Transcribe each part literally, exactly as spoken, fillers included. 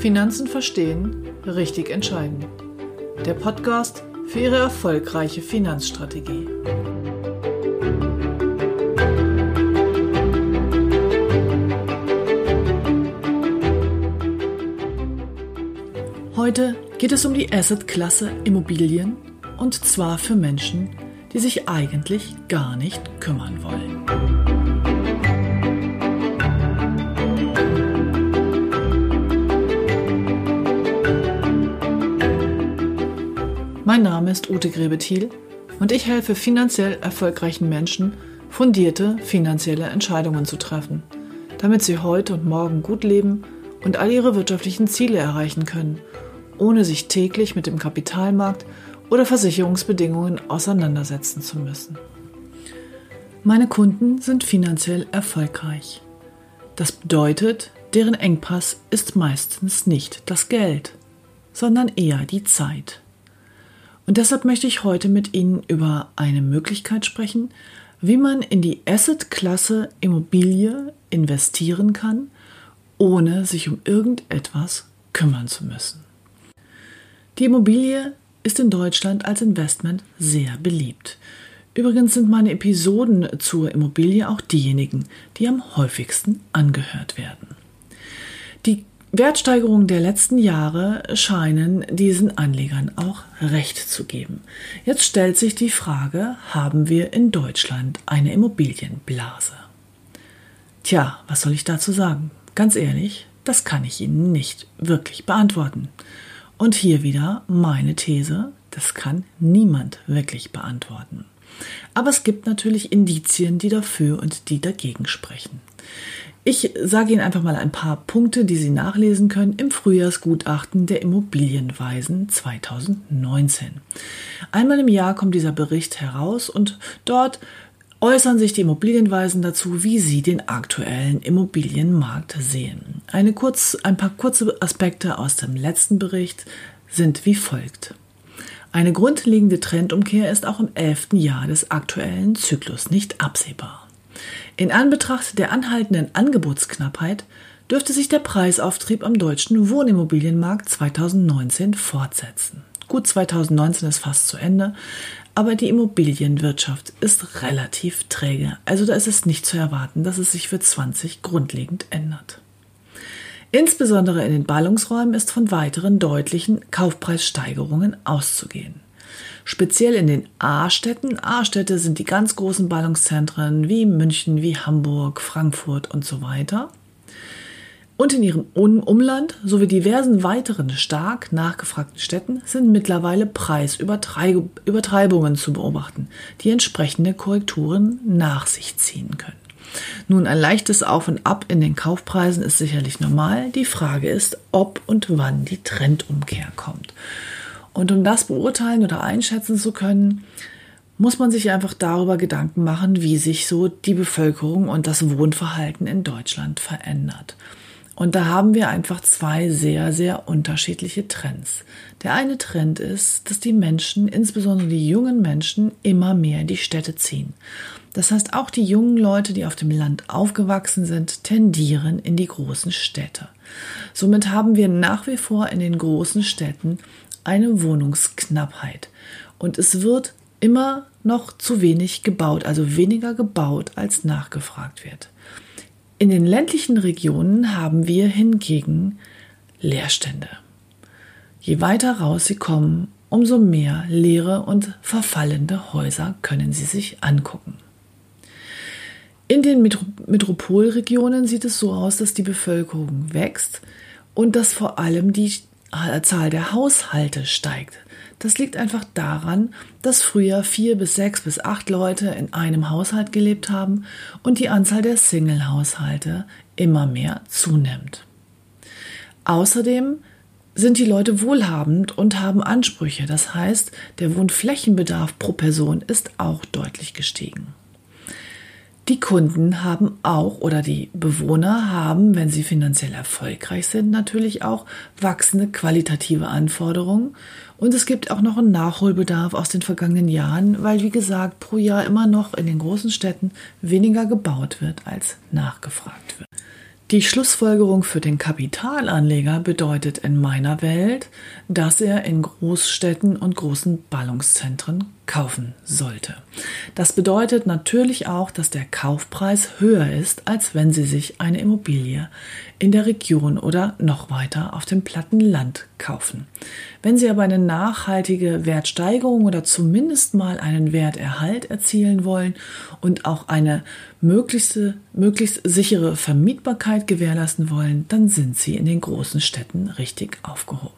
Finanzen verstehen, richtig entscheiden. Der Podcast für Ihre erfolgreiche Finanzstrategie. Heute geht es um die Assetklasse Immobilien, und zwar für Menschen, die sich eigentlich gar nicht kümmern wollen. Mein Name ist Ute Grebe-Thiel und ich helfe finanziell erfolgreichen Menschen, fundierte finanzielle Entscheidungen zu treffen, damit sie heute und morgen gut leben und all ihre wirtschaftlichen Ziele erreichen können, ohne sich täglich mit dem Kapitalmarkt oder Versicherungsbedingungen auseinandersetzen zu müssen. Meine Kunden sind finanziell erfolgreich. Das bedeutet, deren Engpass ist meistens nicht das Geld, sondern eher die Zeit. Und deshalb möchte ich heute mit Ihnen über eine Möglichkeit sprechen, wie man in die Assetklasse Immobilie investieren kann, ohne sich um irgendetwas kümmern zu müssen. Die Immobilie ist in Deutschland als Investment sehr beliebt. Übrigens sind meine Episoden zur Immobilie auch diejenigen, die am häufigsten angehört werden. Die Wertsteigerungen der letzten Jahre scheinen diesen Anlegern auch recht zu geben. Jetzt stellt sich die Frage, haben wir in Deutschland eine Immobilienblase? Tja, was soll ich dazu sagen? Ganz ehrlich, das kann ich Ihnen nicht wirklich beantworten. Und hier wieder meine These, das kann niemand wirklich beantworten. Aber es gibt natürlich Indizien, die dafür und die dagegen sprechen. Ich sage Ihnen einfach mal ein paar Punkte, die Sie nachlesen können im Frühjahrsgutachten der Immobilienweisen zweitausendneunzehn. Einmal im Jahr kommt dieser Bericht heraus und dort äußern sich die Immobilienweisen dazu, wie sie den aktuellen Immobilienmarkt sehen. Eine kurz, ein paar kurze Aspekte aus dem letzten Bericht sind wie folgt. Eine grundlegende Trendumkehr ist auch im elften Jahr des aktuellen Zyklus nicht absehbar. In Anbetracht der anhaltenden Angebotsknappheit dürfte sich der Preisauftrieb am deutschen Wohnimmobilienmarkt zweitausendneunzehn fortsetzen. Gut, zweitausendneunzehn ist fast zu Ende, aber die Immobilienwirtschaft ist relativ träge. Also da ist es nicht zu erwarten, dass es sich für zwanzig grundlegend ändert. Insbesondere in den Ballungsräumen ist von weiteren deutlichen Kaufpreissteigerungen auszugehen. Speziell in den A-Städten. A-Städte sind die ganz großen Ballungszentren wie München, wie Hamburg, Frankfurt und so weiter. Und in ihrem Umland sowie diversen weiteren stark nachgefragten Städten sind mittlerweile Preisübertreibungen zu beobachten, die entsprechende Korrekturen nach sich ziehen können. Nun, ein leichtes Auf und Ab in den Kaufpreisen ist sicherlich normal. Die Frage ist, ob und wann die Trendumkehr kommt. Und um das beurteilen oder einschätzen zu können, muss man sich einfach darüber Gedanken machen, wie sich so die Bevölkerung und das Wohnverhalten in Deutschland verändert. Und da haben wir einfach zwei sehr, sehr unterschiedliche Trends. Der eine Trend ist, dass die Menschen, insbesondere die jungen Menschen, immer mehr in die Städte ziehen. Das heißt, auch die jungen Leute, die auf dem Land aufgewachsen sind, tendieren in die großen Städte. Somit haben wir nach wie vor in den großen Städten eine Wohnungsknappheit. Und es wird immer noch zu wenig gebaut, also weniger gebaut, als nachgefragt wird. In den ländlichen Regionen haben wir hingegen Leerstände. Je weiter raus sie kommen, umso mehr leere und verfallende Häuser können Sie sich angucken. In den Metro- Metropolregionen sieht es so aus, dass die Bevölkerung wächst und dass vor allem die Zahl der Haushalte steigt. Das liegt einfach daran, dass früher vier bis sechs bis acht Leute in einem Haushalt gelebt haben und die Anzahl der Single-Haushalte immer mehr zunimmt. Außerdem sind die Leute wohlhabend und haben Ansprüche. Das heißt, der Wohnflächenbedarf pro Person ist auch deutlich gestiegen. Die Kunden haben auch oder die Bewohner haben, wenn sie finanziell erfolgreich sind, natürlich auch wachsende qualitative Anforderungen. Und es gibt auch noch einen Nachholbedarf aus den vergangenen Jahren, weil, wie gesagt, pro Jahr immer noch in den großen Städten weniger gebaut wird, als nachgefragt wird. Die Schlussfolgerung für den Kapitalanleger bedeutet in meiner Welt, dass er in Großstädten und großen Ballungszentren kaufen sollte. Das bedeutet natürlich auch, dass der Kaufpreis höher ist, als wenn Sie sich eine Immobilie in der Region oder noch weiter auf dem platten Land kaufen. Wenn Sie aber eine nachhaltige Wertsteigerung oder zumindest mal einen Werterhalt erzielen wollen und auch eine möglichst, möglichst sichere Vermietbarkeit gewährleisten wollen, dann sind Sie in den großen Städten richtig aufgehoben.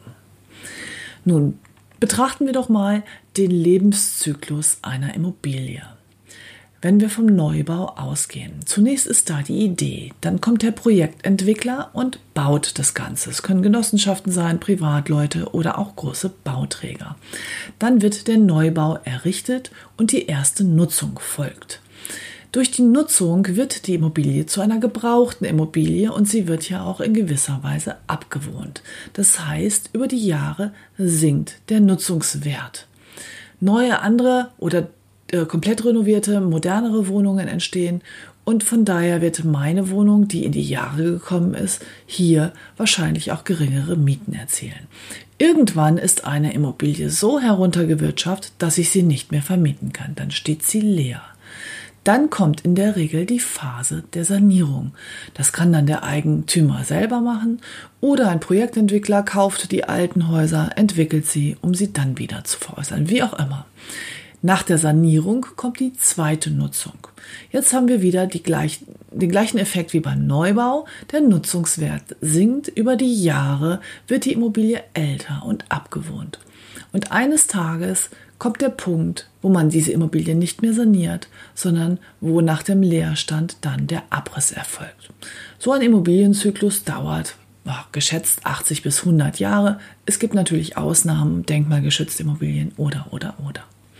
Nun, betrachten wir doch mal den Lebenszyklus einer Immobilie. Wenn wir vom Neubau ausgehen, zunächst ist da die Idee, dann kommt der Projektentwickler und baut das Ganze. Es können Genossenschaften sein, Privatleute oder auch große Bauträger. Dann wird der Neubau errichtet und die erste Nutzung folgt. Durch die Nutzung wird die Immobilie zu einer gebrauchten Immobilie und sie wird ja auch in gewisser Weise abgewohnt. Das heißt, über die Jahre sinkt der Nutzungswert. Neue, andere oder äh, komplett renovierte, modernere Wohnungen entstehen und von daher wird meine Wohnung, die in die Jahre gekommen ist, hier wahrscheinlich auch geringere Mieten erzielen. Irgendwann ist eine Immobilie so heruntergewirtschaftet, dass ich sie nicht mehr vermieten kann. Dann steht sie leer. Dann kommt in der Regel die Phase der Sanierung. Das kann dann der Eigentümer selber machen oder ein Projektentwickler kauft die alten Häuser, entwickelt sie, um sie dann wieder zu veräußern, wie auch immer. Nach der Sanierung kommt die zweite Nutzung. Jetzt haben wir wieder die gleich, den gleichen Effekt wie beim Neubau. Der Nutzungswert sinkt. Über die Jahre wird die Immobilie älter und abgewohnt. Und eines Tages kommt der Punkt, wo man diese Immobilie nicht mehr saniert, sondern wo nach dem Leerstand dann der Abriss erfolgt. So ein Immobilienzyklus dauert ach, geschätzt achtzig bis hundert Jahre. Es gibt natürlich Ausnahmen, denkmalgeschützte Immobilien oder, oder, oder.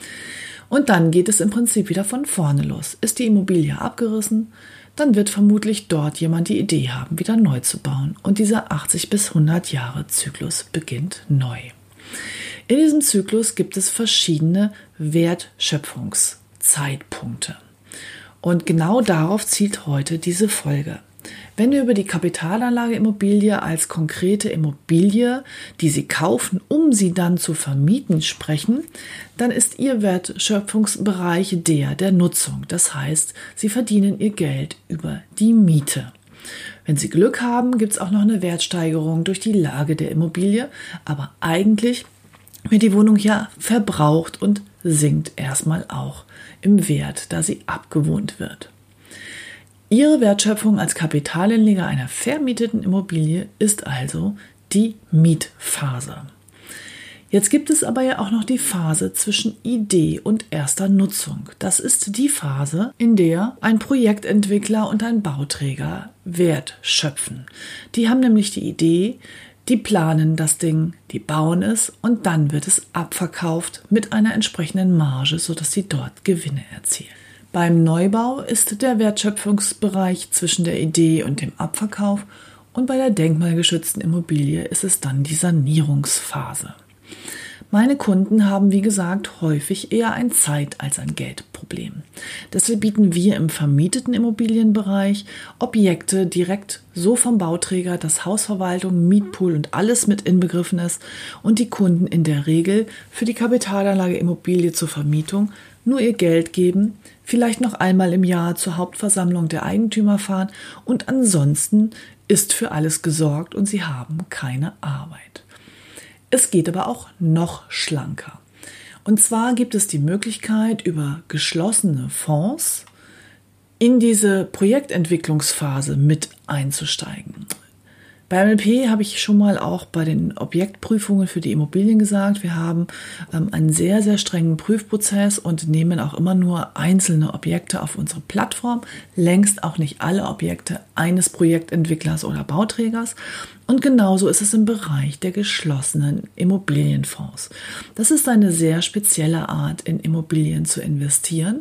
Und dann geht es im Prinzip wieder von vorne los. Ist die Immobilie abgerissen, dann wird vermutlich dort jemand die Idee haben, wieder neu zu bauen. Und dieser achtzig bis hundert Jahre Zyklus beginnt neu. In diesem Zyklus gibt es verschiedene Wertschöpfungszeitpunkte. Und genau darauf zielt heute diese Folge. Wenn wir über die Kapitalanlage Immobilie als konkrete Immobilie, die Sie kaufen, um sie dann zu vermieten, sprechen, dann ist Ihr Wertschöpfungsbereich der der Nutzung. Das heißt, Sie verdienen Ihr Geld über die Miete. Wenn Sie Glück haben, gibt es auch noch eine Wertsteigerung durch die Lage der Immobilie, aber eigentlich wird die Wohnung ja verbraucht und sinkt erstmal auch im Wert, da sie abgewohnt wird. Ihre Wertschöpfung als Kapitalanleger einer vermieteten Immobilie ist also die Mietphase. Jetzt gibt es aber ja auch noch die Phase zwischen Idee und erster Nutzung. Das ist die Phase, in der ein Projektentwickler und ein Bauträger Wert schöpfen. Die haben nämlich die Idee, die planen das Ding, die bauen es und dann wird es abverkauft mit einer entsprechenden Marge, sodass sie dort Gewinne erzielen. Beim Neubau ist der Wertschöpfungsbereich zwischen der Idee und dem Abverkauf und bei der denkmalgeschützten Immobilie ist es dann die Sanierungsphase. Meine Kunden haben, wie gesagt, häufig eher ein Zeit- als ein Geldproblem. Deshalb bieten wir im vermieteten Immobilienbereich Objekte direkt so vom Bauträger, dass Hausverwaltung, Mietpool und alles mit inbegriffen ist und die Kunden in der Regel für die Kapitalanlage Immobilie zur Vermietung nur ihr Geld geben, vielleicht noch einmal im Jahr zur Hauptversammlung der Eigentümer fahren und ansonsten ist für alles gesorgt und sie haben keine Arbeit. Es geht aber auch noch schlanker. Und zwar gibt es die Möglichkeit, über geschlossene Fonds in diese Projektentwicklungsphase mit einzusteigen. Bei M L P habe ich schon mal auch bei den Objektprüfungen für die Immobilien gesagt, wir haben ähm, einen sehr, sehr strengen Prüfprozess und nehmen auch immer nur einzelne Objekte auf unsere Plattform, längst auch nicht alle Objekte eines Projektentwicklers oder Bauträgers. Und genauso ist es im Bereich der geschlossenen Immobilienfonds. Das ist eine sehr spezielle Art, in Immobilien zu investieren,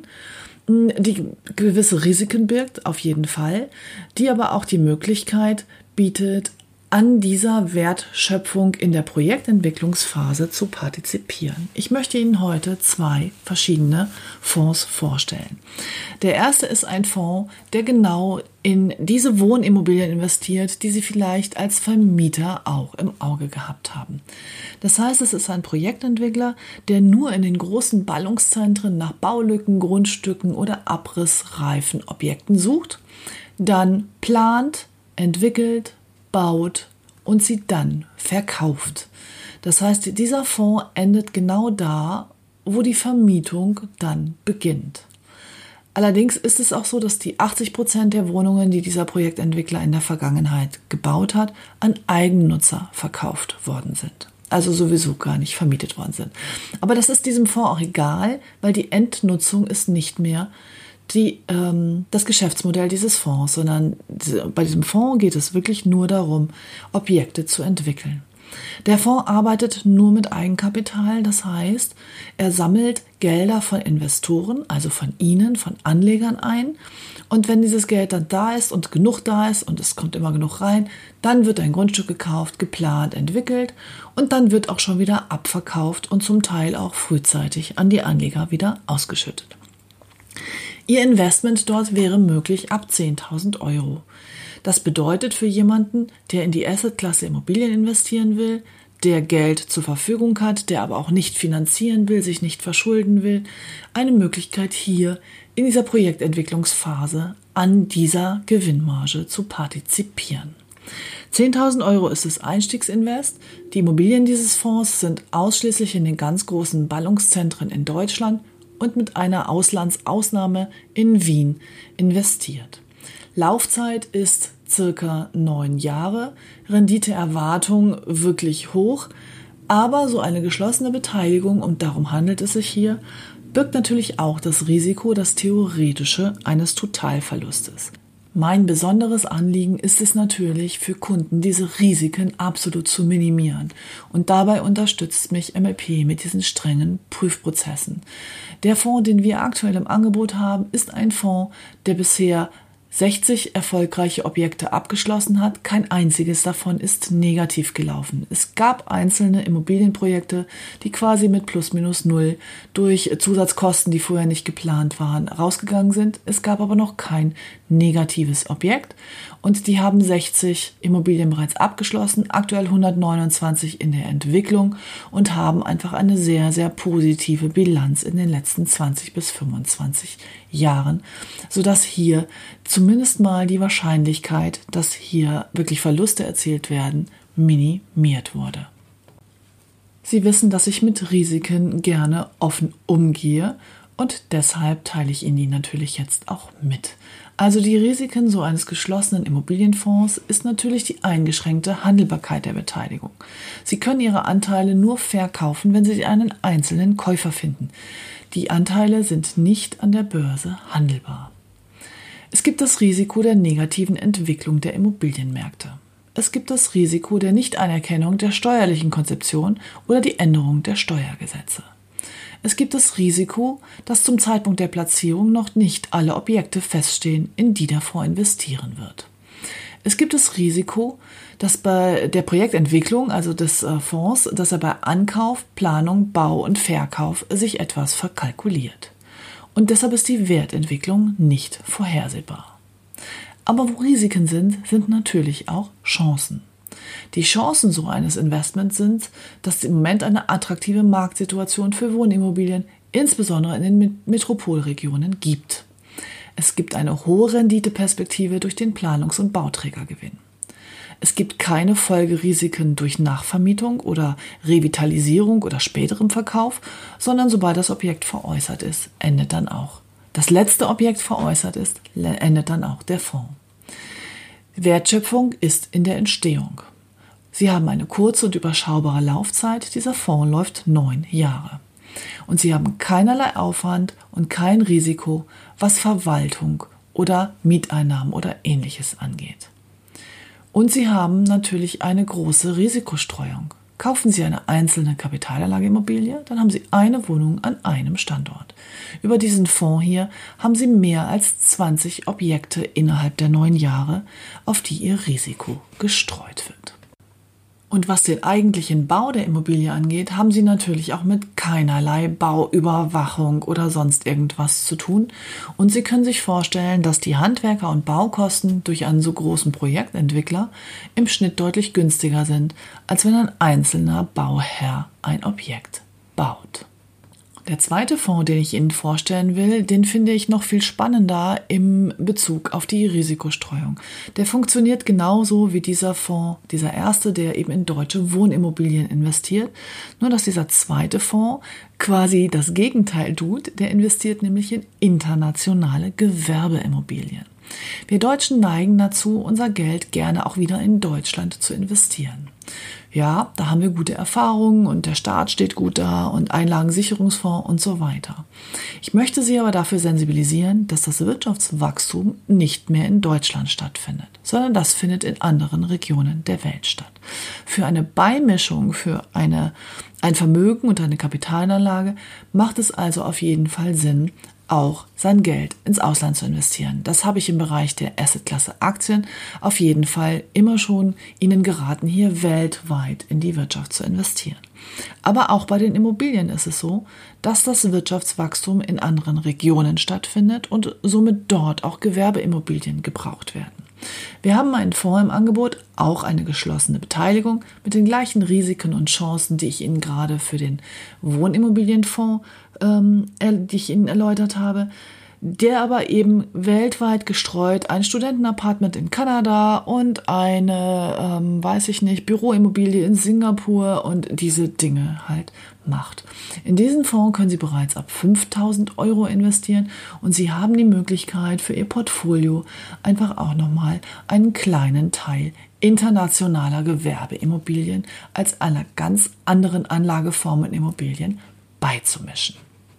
die gewisse Risiken birgt, auf jeden Fall, die aber auch die Möglichkeit bietet, an dieser Wertschöpfung in der Projektentwicklungsphase zu partizipieren. Ich möchte Ihnen heute zwei verschiedene Fonds vorstellen. Der erste ist ein Fonds, der genau in diese Wohnimmobilien investiert, die Sie vielleicht als Vermieter auch im Auge gehabt haben. Das heißt, es ist ein Projektentwickler, der nur in den großen Ballungszentren nach Baulücken, Grundstücken oder abrissreifen Objekten sucht, dann plant, entwickelt, baut und sie dann verkauft. Das heißt, dieser Fonds endet genau da, wo die Vermietung dann beginnt. Allerdings ist es auch so, dass die achtzig Prozent der Wohnungen, die dieser Projektentwickler in der Vergangenheit gebaut hat, an Eigennutzer verkauft worden sind. Also sowieso gar nicht vermietet worden sind. Aber das ist diesem Fonds auch egal, weil die Endnutzung ist nicht mehr Die, ähm, das Geschäftsmodell dieses Fonds, sondern bei diesem Fonds geht es wirklich nur darum, Objekte zu entwickeln. Der Fonds arbeitet nur mit Eigenkapital, das heißt, er sammelt Gelder von Investoren, also von Ihnen, von Anlegern ein. Und wenn dieses Geld dann da ist und genug da ist und es kommt immer genug rein, dann wird ein Grundstück gekauft, geplant, entwickelt und dann wird auch schon wieder abverkauft und zum Teil auch frühzeitig an die Anleger wieder ausgeschüttet. Ihr Investment dort wäre möglich ab zehntausend Euro. Das bedeutet für jemanden, der in die Assetklasse Immobilien investieren will, der Geld zur Verfügung hat, der aber auch nicht finanzieren will, sich nicht verschulden will, eine Möglichkeit hier in dieser Projektentwicklungsphase an dieser Gewinnmarge zu partizipieren. zehntausend Euro ist das Einstiegsinvest. Die Immobilien dieses Fonds sind ausschließlich in den ganz großen Ballungszentren in Deutschland und mit einer Auslandsausnahme in Wien investiert. Laufzeit ist circa neun Jahre, Renditeerwartung wirklich hoch, aber so eine geschlossene Beteiligung, und darum handelt es sich hier, birgt natürlich auch das Risiko, das theoretische eines Totalverlustes. Mein besonderes Anliegen ist es natürlich für Kunden, diese Risiken absolut zu minimieren. Und dabei unterstützt mich M L P mit diesen strengen Prüfprozessen. Der Fonds, den wir aktuell im Angebot haben, ist ein Fonds, der bisher sechzig erfolgreiche Objekte abgeschlossen hat. Kein einziges davon ist negativ gelaufen. Es gab einzelne Immobilienprojekte, die quasi mit plus minus null durch Zusatzkosten, die vorher nicht geplant waren, rausgegangen sind. Es gab aber noch kein negatives Objekt und die haben sechzig Immobilien bereits abgeschlossen, aktuell hundertneunundzwanzig in der Entwicklung und haben einfach eine sehr, sehr positive Bilanz in den letzten zwanzig bis fünfundzwanzig Jahren, sodass hier zumindest mal die Wahrscheinlichkeit, dass hier wirklich Verluste erzielt werden, minimiert wurde. Sie wissen, dass ich mit Risiken gerne offen umgehe und deshalb teile ich Ihnen die natürlich jetzt auch mit. Also die Risiken so eines geschlossenen Immobilienfonds ist natürlich die eingeschränkte Handelbarkeit der Beteiligung. Sie können Ihre Anteile nur verkaufen, wenn Sie einen einzelnen Käufer finden. Die Anteile sind nicht an der Börse handelbar. Es gibt das Risiko der negativen Entwicklung der Immobilienmärkte. Es gibt das Risiko der Nichtanerkennung der steuerlichen Konzeption oder die Änderung der Steuergesetze. Es gibt das Risiko, dass zum Zeitpunkt der Platzierung noch nicht alle Objekte feststehen, in die der Fonds investieren wird. Es gibt das Risiko, dass bei der Projektentwicklung, also des Fonds, dass er bei Ankauf, Planung, Bau und Verkauf sich etwas verkalkuliert. Und deshalb ist die Wertentwicklung nicht vorhersehbar. Aber wo Risiken sind, sind natürlich auch Chancen. Die Chancen so eines Investments sind, dass es im Moment eine attraktive Marktsituation für Wohnimmobilien, insbesondere in den Metropolregionen, gibt. Es gibt eine hohe Renditeperspektive durch den Planungs- und Bauträgergewinn. Es gibt keine Folgerisiken durch Nachvermietung oder Revitalisierung oder späterem Verkauf, sondern sobald das Objekt veräußert ist, endet dann auch. Das letzte Objekt veräußert ist, endet dann auch der Fonds. Wertschöpfung ist in der Entstehung. Sie haben eine kurze und überschaubare Laufzeit. Dieser Fonds läuft neun Jahre. Und Sie haben keinerlei Aufwand und kein Risiko, was Verwaltung oder Mieteinnahmen oder Ähnliches angeht. Und Sie haben natürlich eine große Risikostreuung. Kaufen Sie eine einzelne Kapitalanlageimmobilie, dann haben Sie eine Wohnung an einem Standort. Über diesen Fonds hier haben Sie mehr als zwanzig Objekte innerhalb der neun Jahre, auf die Ihr Risiko gestreut wird. Und was den eigentlichen Bau der Immobilie angeht, haben Sie natürlich auch mit keinerlei Bauüberwachung oder sonst irgendwas zu tun. Und Sie können sich vorstellen, dass die Handwerker- und Baukosten durch einen so großen Projektentwickler im Schnitt deutlich günstiger sind, als wenn ein einzelner Bauherr ein Objekt baut. Der zweite Fonds, den ich Ihnen vorstellen will, den finde ich noch viel spannender im Bezug auf die Risikostreuung. Der funktioniert genauso wie dieser Fonds, dieser erste, der eben in deutsche Wohnimmobilien investiert. Nur dass dieser zweite Fonds quasi das Gegenteil tut. Der investiert nämlich in internationale Gewerbeimmobilien. Wir Deutschen neigen dazu, unser Geld gerne auch wieder in Deutschland zu investieren. Ja, da haben wir gute Erfahrungen und der Staat steht gut da und Einlagensicherungsfonds und so weiter. Ich möchte Sie aber dafür sensibilisieren, dass das Wirtschaftswachstum nicht mehr in Deutschland stattfindet, sondern das findet in anderen Regionen der Welt statt. Für eine Beimischung, für eine, ein Vermögen und eine Kapitalanlage macht es also auf jeden Fall Sinn, auch sein Geld ins Ausland zu investieren. Das habe ich im Bereich der Assetklasse Aktien auf jeden Fall immer schon Ihnen geraten, hier weltweit in die Wirtschaft zu investieren. Aber auch bei den Immobilien ist es so, dass das Wirtschaftswachstum in anderen Regionen stattfindet und somit dort auch Gewerbeimmobilien gebraucht werden. Wir haben einen Fonds im Angebot, auch eine geschlossene Beteiligung mit den gleichen Risiken und Chancen, die ich Ihnen gerade für den Wohnimmobilienfonds, ähm, die ich Ihnen erläutert habe, der aber eben weltweit gestreut ein Studentenapartment in Kanada und eine, ähm, weiß ich nicht, Büroimmobilie in Singapur und diese Dinge halt macht. In diesen Fonds können Sie bereits ab fünftausend Euro investieren und Sie haben die Möglichkeit für Ihr Portfolio einfach auch nochmal einen kleinen Teil internationaler Gewerbeimmobilien als einer ganz anderen Anlageform in Immobilien beizumischen.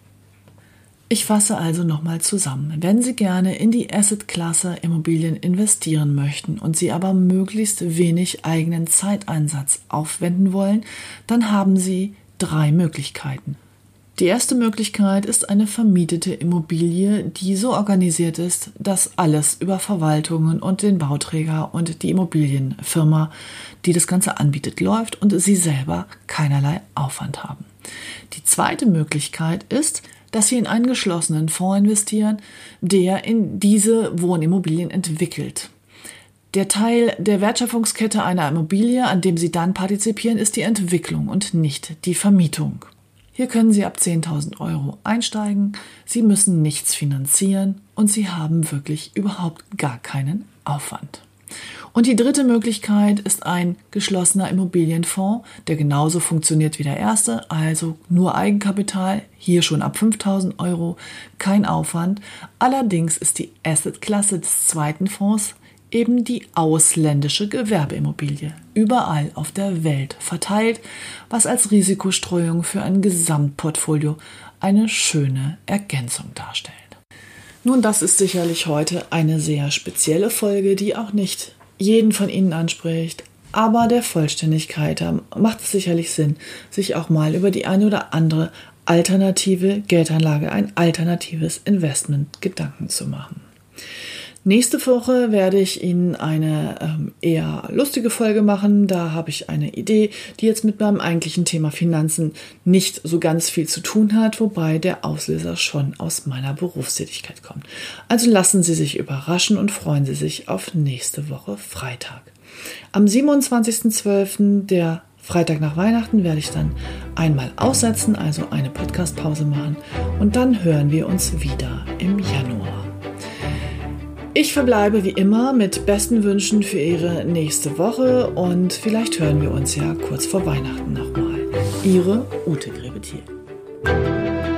Ich fasse also nochmal zusammen. Wenn Sie gerne in die Assetklasse Immobilien investieren möchten und Sie aber möglichst wenig eigenen Zeiteinsatz aufwenden wollen, dann haben Sie drei Möglichkeiten. Die erste Möglichkeit ist eine vermietete Immobilie, die so organisiert ist, dass alles über Verwaltungen und den Bauträger und die Immobilienfirma, die das Ganze anbietet, läuft und Sie selber keinerlei Aufwand haben. Die zweite Möglichkeit ist, dass Sie in einen geschlossenen Fonds investieren, der in diese Wohnimmobilien entwickelt. Der Teil der Wertschöpfungskette einer Immobilie, an dem Sie dann partizipieren, ist die Entwicklung und nicht die Vermietung. Hier können Sie ab zehntausend Euro einsteigen, Sie müssen nichts finanzieren und Sie haben wirklich überhaupt gar keinen Aufwand. Und die dritte Möglichkeit ist ein geschlossener Immobilienfonds, der genauso funktioniert wie der erste, also nur Eigenkapital, hier schon ab fünftausend Euro, kein Aufwand. Allerdings ist die Assetklasse des zweiten Fonds eben die ausländische Gewerbeimmobilie, überall auf der Welt verteilt, was als Risikostreuung für ein Gesamtportfolio eine schöne Ergänzung darstellt. Nun, das ist sicherlich heute eine sehr spezielle Folge, die auch nicht jeden von Ihnen anspricht, aber der Vollständigkeit macht es sicherlich Sinn, sich auch mal über die eine oder andere alternative Geldanlage, ein alternatives Investment Gedanken zu machen. Nächste Woche werde ich Ihnen eine ähm, eher lustige Folge machen. Da habe ich eine Idee, die jetzt mit meinem eigentlichen Thema Finanzen nicht so ganz viel zu tun hat, wobei der Auslöser schon aus meiner Berufstätigkeit kommt. Also lassen Sie sich überraschen und freuen Sie sich auf nächste Woche Freitag. Am siebenundzwanzigsten zwölften, der Freitag nach Weihnachten, werde ich dann einmal aussetzen, also eine Podcast-Pause machen und dann hören wir uns wieder im Januar. Ich verbleibe wie immer mit besten Wünschen für Ihre nächste Woche und vielleicht hören wir uns ja kurz vor Weihnachten nochmal. Ihre Ute Grebethiel.